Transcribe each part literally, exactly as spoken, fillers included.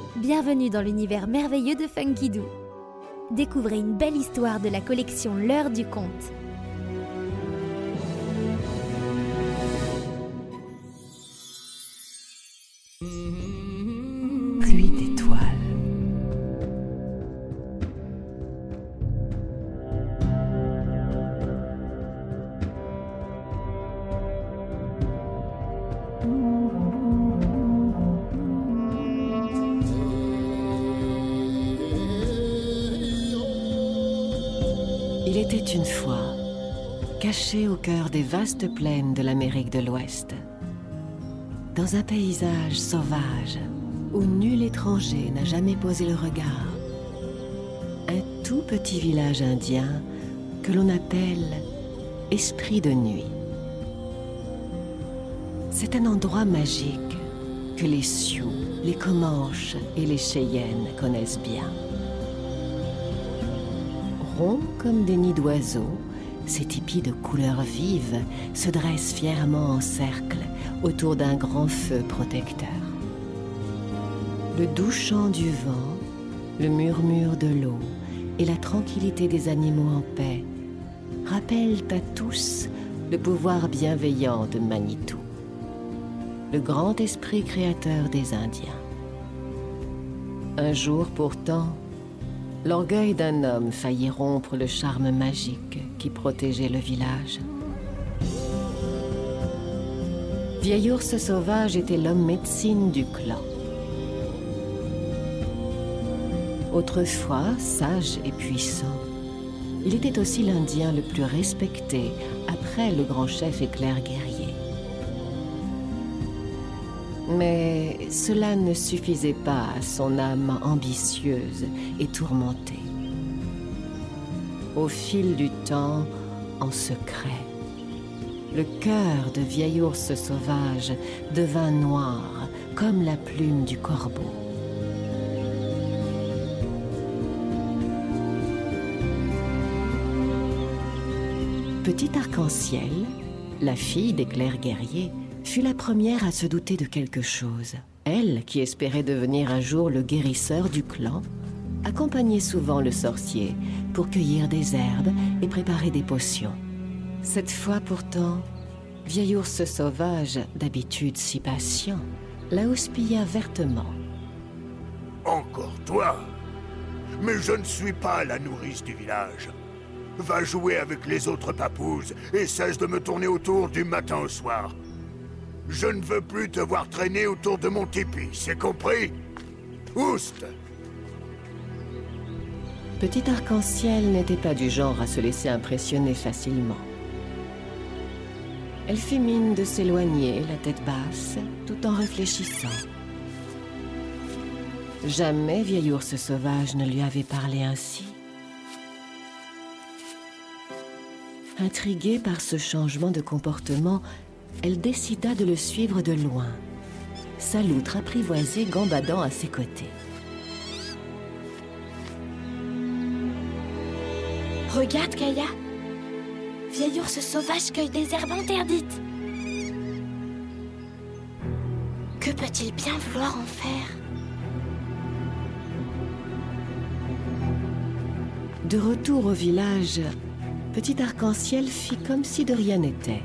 Bienvenue dans l'univers merveilleux de Funky Doo. Découvrez une belle histoire de la collection L'Heure du Conte. Pluie d'étoiles. Il était une fois, caché au cœur des vastes plaines de l'Amérique de l'Ouest, dans un paysage sauvage où nul étranger n'a jamais posé le regard, un tout petit village indien que l'on appelle Esprit de Nuit. C'est un endroit magique que les Sioux, les Comanches et les Cheyennes connaissent bien. Ronds comme des nids d'oiseaux, ces tipis de couleurs vives se dressent fièrement en cercle autour d'un grand feu protecteur. Le doux chant du vent, le murmure de l'eau et la tranquillité des animaux en paix rappellent à tous le pouvoir bienveillant de Manitou, le grand esprit créateur des Indiens. Un jour pourtant, l'orgueil d'un homme faillit rompre le charme magique qui protégeait le village. Vieil Ours Sauvage était l'homme médecine du clan. Autrefois sage et puissant, il était aussi l'Indien le plus respecté après le grand chef Éclair Guerrier. Mais cela ne suffisait pas à son âme ambitieuse et tourmentée. Au fil du temps, en secret, le cœur de Vieil Ours Sauvage devint noir comme la plume du corbeau. Petit Arc-en-Ciel, la fille d'Éclair Guerrier, fut la première à se douter de quelque chose. Elle, qui espérait devenir un jour le guérisseur du clan, accompagnait souvent le sorcier pour cueillir des herbes et préparer des potions. Cette fois pourtant, Vieil Ours Sauvage, d'habitude si patient, la houspilla vertement. Encore toi? Mais je ne suis pas la nourrice du village. Va jouer avec les autres papouses et cesse de me tourner autour du matin au soir. Je ne veux plus te voir traîner autour de mon tipi, c'est compris? Oust! Petit Arc-en-Ciel n'était pas du genre à se laisser impressionner facilement. Elle fit mine de s'éloigner, la tête basse, tout en réfléchissant. Jamais Vieil Ours Sauvage ne lui avait parlé ainsi. Intriguée par ce changement de comportement, elle décida de le suivre de loin, sa loutre apprivoisée gambadant à ses côtés. Regarde, Kaya! Vieil Ours Sauvage cueille des herbes interdites! Que peut-il bien vouloir en faire? De retour au village, Petit Arc-en-Ciel fit comme si de rien n'était.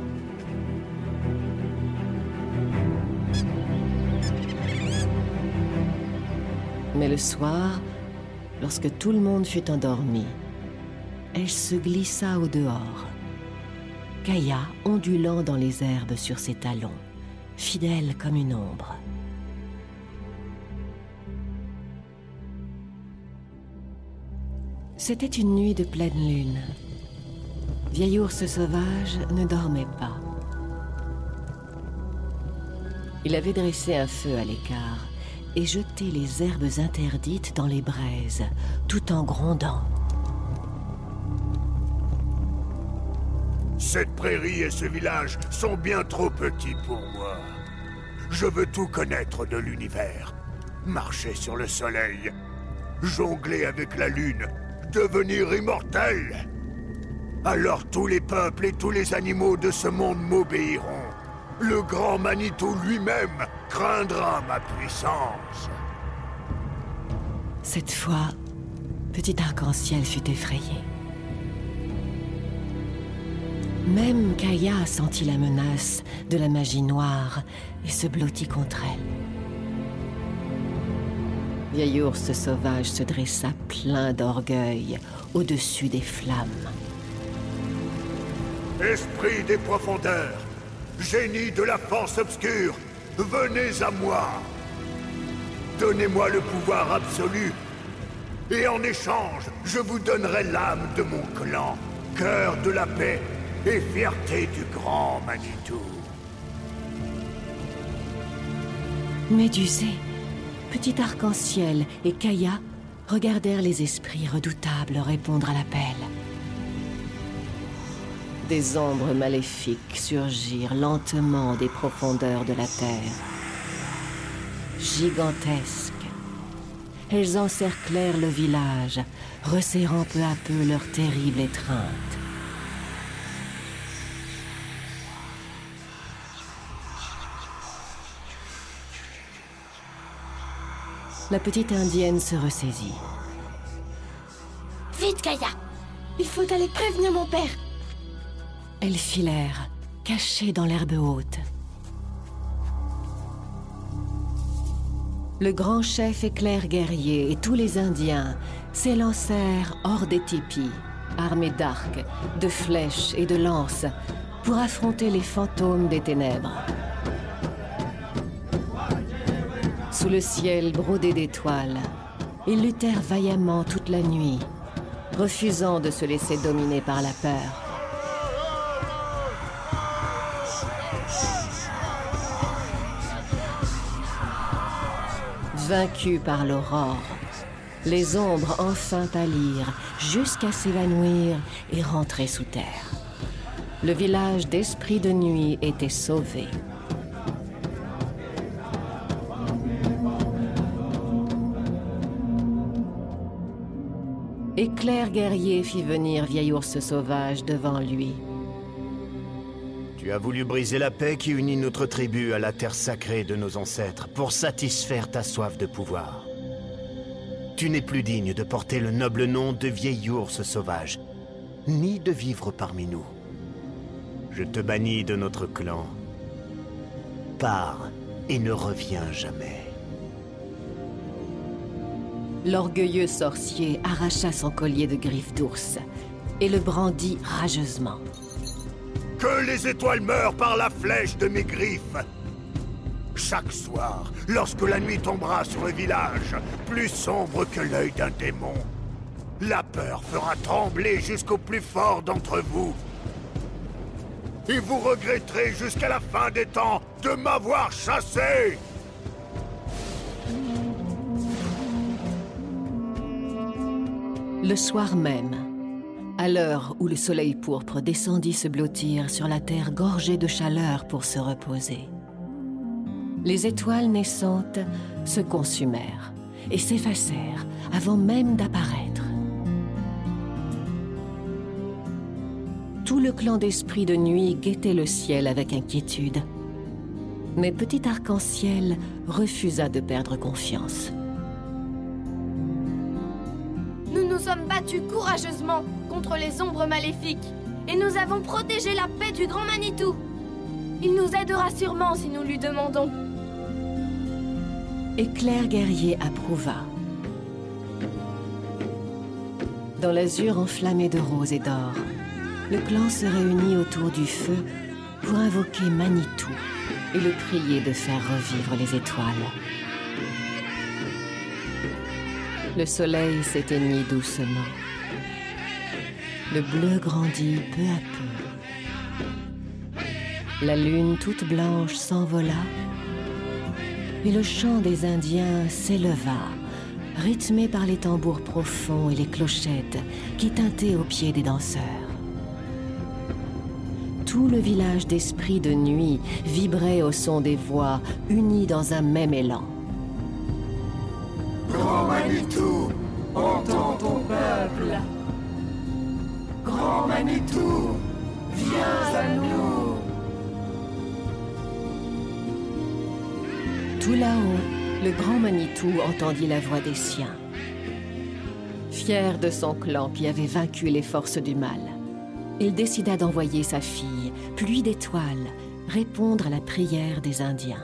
Mais le soir, lorsque tout le monde fut endormi, elle se glissa au dehors, Kaya ondulant dans les herbes sur ses talons, fidèle comme une ombre. C'était une nuit de pleine lune. Vieil Ours Sauvage ne dormait pas. Il avait dressé un feu à l'écart et jeté les herbes interdites dans les braises, tout en grondant. Cette prairie et ce village sont bien trop petits pour moi. Je veux tout connaître de l'univers. Marcher sur le soleil, jongler avec la lune, devenir immortel. Alors tous les peuples et tous les animaux de ce monde m'obéiront. Le grand Manitou lui-même craindra ma puissance. Cette fois, Petit Arc-en-Ciel fut effrayé. Même Kaya sentit la menace de la magie noire et se blottit contre elle. Vieil ours sauvage se dressa plein d'orgueil au-dessus des flammes. Esprit des profondeurs, génie de la force obscure, venez à moi. Donnez-moi le pouvoir absolu. Et en échange, je vous donnerai l'âme de mon clan, cœur de la paix et fierté du grand Manitou. Médusé, Petit Arc-en-Ciel et Kaya regardèrent les esprits redoutables répondre à l'appel. Des ombres maléfiques surgirent lentement des profondeurs de la terre. Gigantesques, elles encerclèrent le village, resserrant peu à peu leur terrible étreinte. La petite indienne se ressaisit. Vite, Kaya! Il faut aller prévenir mon père! Elles filèrent, cachées dans l'herbe haute. Le grand chef éclair guerrier et tous les Indiens s'élancèrent hors des tipis, armés d'arcs, de flèches et de lances, pour affronter les fantômes des ténèbres. Sous le ciel brodé d'étoiles, ils luttèrent vaillamment toute la nuit, refusant de se laisser dominer par la peur. Vaincus par l'aurore, les ombres enfin pâlirent jusqu'à s'évanouir et rentrer sous terre. Le village d'Esprit de Nuit était sauvé. Éclair guerrier fit venir Vieil ours sauvage devant lui. Tu as voulu briser la paix qui unit notre tribu à la terre sacrée de nos ancêtres pour satisfaire ta soif de pouvoir. Tu n'es plus digne de porter le noble nom de Vieil ours sauvage, ni de vivre parmi nous. Je te bannis de notre clan. Pars et ne reviens jamais. L'orgueilleux sorcier arracha son collier de griffes d'ours et le brandit rageusement. Que les étoiles meurent par la flèche de mes griffes! Chaque soir, lorsque la nuit tombera sur le village, plus sombre que l'œil d'un démon, la peur fera trembler jusqu'au plus fort d'entre vous. Et vous regretterez jusqu'à la fin des temps de m'avoir chassé! Le soir même, à l'heure où le soleil pourpre descendit se blottir sur la terre gorgée de chaleur pour se reposer, les étoiles naissantes se consumèrent et s'effacèrent avant même d'apparaître. Tout le clan d'Esprit de Nuit guettait le ciel avec inquiétude. Mais Petit Arc-en-Ciel refusa de perdre confiance. Nous nous sommes battus courageusement contre les ombres maléfiques et nous avons protégé la paix du grand Manitou. Il nous aidera sûrement si nous lui demandons. Éclair guerrier approuva. Dans l'azur enflammé de rose et d'or, le clan se réunit autour du feu pour invoquer Manitou et le prier de faire revivre les étoiles. Le soleil s'éteignit doucement. Le bleu grandit peu à peu. La lune toute blanche s'envola et le chant des Indiens s'éleva, rythmé par les tambours profonds et les clochettes qui tintaient aux pieds des danseurs. Tout le village d'Esprit de Nuit vibrait au son des voix, unis dans un même élan. Grand Manitou, entends ton peuple. Grand Manitou, viens à nous. Tout là-haut, le grand Manitou entendit la voix des siens. Fier de son clan qui avait vaincu les forces du mal, il décida d'envoyer sa fille, Pluie d'étoiles, répondre à la prière des Indiens.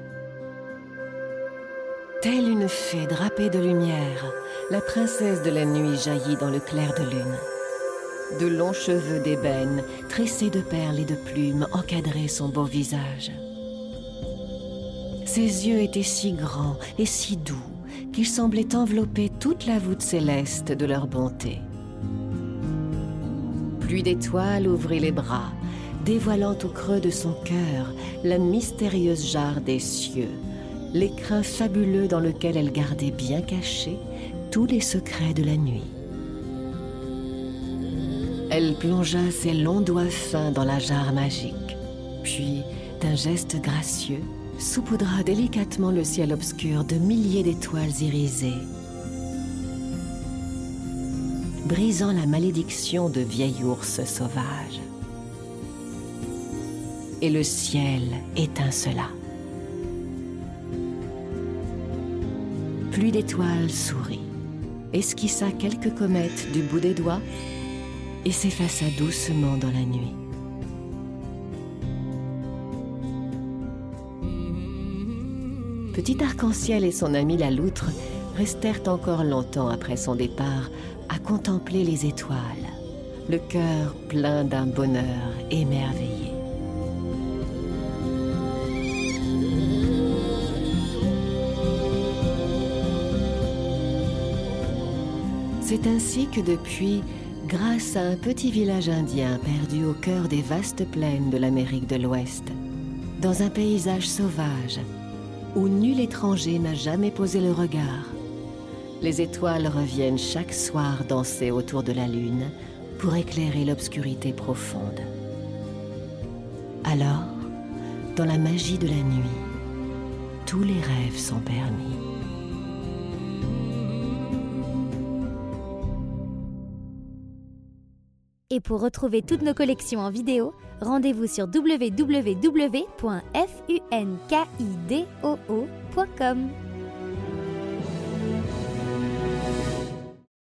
Telle une fée drapée de lumière, la princesse de la nuit jaillit dans le clair de lune. De longs cheveux d'ébène, tressés de perles et de plumes, encadraient son beau visage. Ses yeux étaient si grands et si doux qu'ils semblaient envelopper toute la voûte céleste de leur bonté. Pluie d'étoiles ouvrit les bras, dévoilant au creux de son cœur la mystérieuse jarre des cieux, l'écrin fabuleux dans lequel elle gardait bien cachés tous les secrets de la nuit. Elle plongea ses longs doigts fins dans la jarre magique, puis, d'un geste gracieux, saupoudra délicatement le ciel obscur de milliers d'étoiles irisées, brisant la malédiction de vieil ours sauvage. Et le ciel étincela. Pluie d'étoiles sourit, esquissa quelques comètes du bout des doigts et s'effaça doucement dans la nuit. Petit arc-en-ciel et son ami la loutre restèrent encore longtemps après son départ à contempler les étoiles, le cœur plein d'un bonheur émerveillé. C'est ainsi que depuis, grâce à un petit village indien perdu au cœur des vastes plaines de l'Amérique de l'Ouest, dans un paysage sauvage, où nul étranger n'a jamais posé le regard, les étoiles reviennent chaque soir danser autour de la lune pour éclairer l'obscurité profonde. Alors, dans la magie de la nuit, tous les rêves sont permis. Et pour retrouver toutes nos collections en vidéo, rendez-vous sur w w w point funkidoo point com.